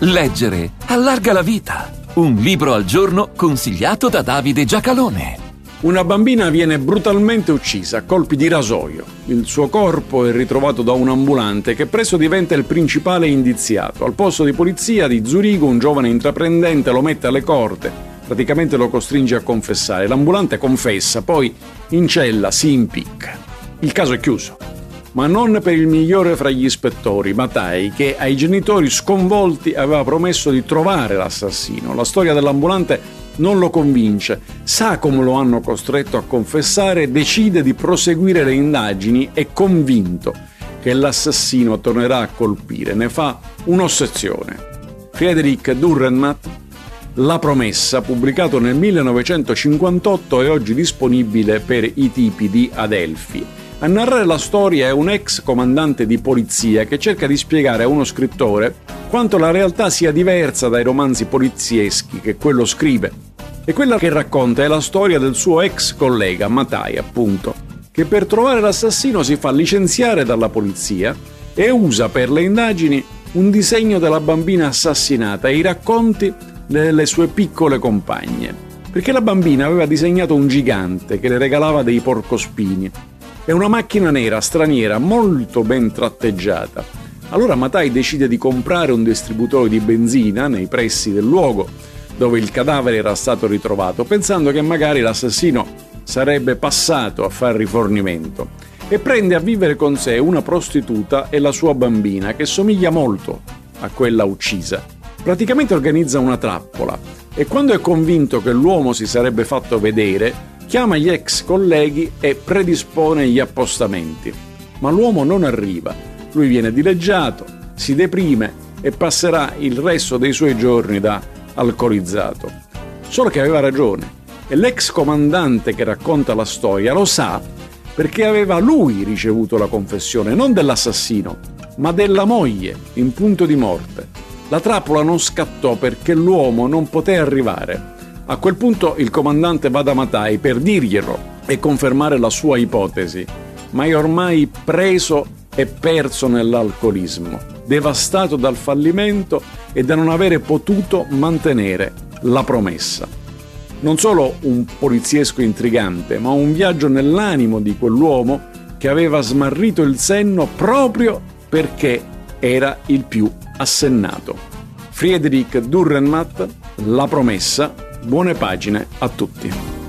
Leggere allarga la vita. Un libro al giorno consigliato da Davide Giacalone. Una bambina viene brutalmente uccisa a colpi di rasoio. Il suo corpo è ritrovato da un ambulante che presto diventa il principale indiziato. Al posto di polizia di Zurigo un giovane intraprendente lo mette alle corde, praticamente lo costringe a confessare. L'ambulante confessa, poi in cella si impicca. Il caso è chiuso. Ma non per il migliore fra gli ispettori, Matai, che ai genitori sconvolti aveva promesso di trovare l'assassino. La storia dell'ambulante non lo convince, sa come lo hanno costretto a confessare, decide di proseguire le indagini e convinto che l'assassino tornerà a colpire, ne fa un'ossessione. Friedrich Dürrenmatt, La promessa, pubblicato nel 1958, è oggi disponibile per i tipi di Adelphi. A narrare la storia è un ex comandante di polizia che cerca di spiegare a uno scrittore quanto la realtà sia diversa dai romanzi polizieschi che quello scrive. E quella che racconta è la storia del suo ex collega, Matai appunto, che per trovare l'assassino si fa licenziare dalla polizia e usa per le indagini un disegno della bambina assassinata e i racconti delle sue piccole compagne. Perché la bambina aveva disegnato un gigante che le regalava dei porcospini e una macchina nera straniera molto ben tratteggiata. Allora Matai decide di comprare un distributore di benzina nei pressi del luogo dove il cadavere era stato ritrovato, pensando che magari l'assassino sarebbe passato a far rifornimento, e prende a vivere con sé una prostituta e la sua bambina che somiglia molto a quella uccisa. Praticamente organizza una trappola e quando è convinto che l'uomo si sarebbe fatto vedere, chiama gli ex colleghi e predispone gli appostamenti. Ma l'uomo non arriva, lui viene dileggiato, si deprime e passerà il resto dei suoi giorni da alcolizzato. Solo che aveva ragione e l'ex comandante che racconta la storia lo sa perché aveva lui ricevuto la confessione non dell'assassino, ma della moglie in punto di morte. La trappola non scattò perché l'uomo non poté arrivare. A quel punto il comandante va da Matai per dirglielo e confermare la sua ipotesi, ma è ormai preso e perso nell'alcolismo, devastato dal fallimento e da non avere potuto mantenere la promessa. Non solo un poliziesco intrigante, ma un viaggio nell'animo di quell'uomo che aveva smarrito il senno proprio perché era il più assennato. Friedrich Dürrenmatt, La promessa. Buone pagine a tutti.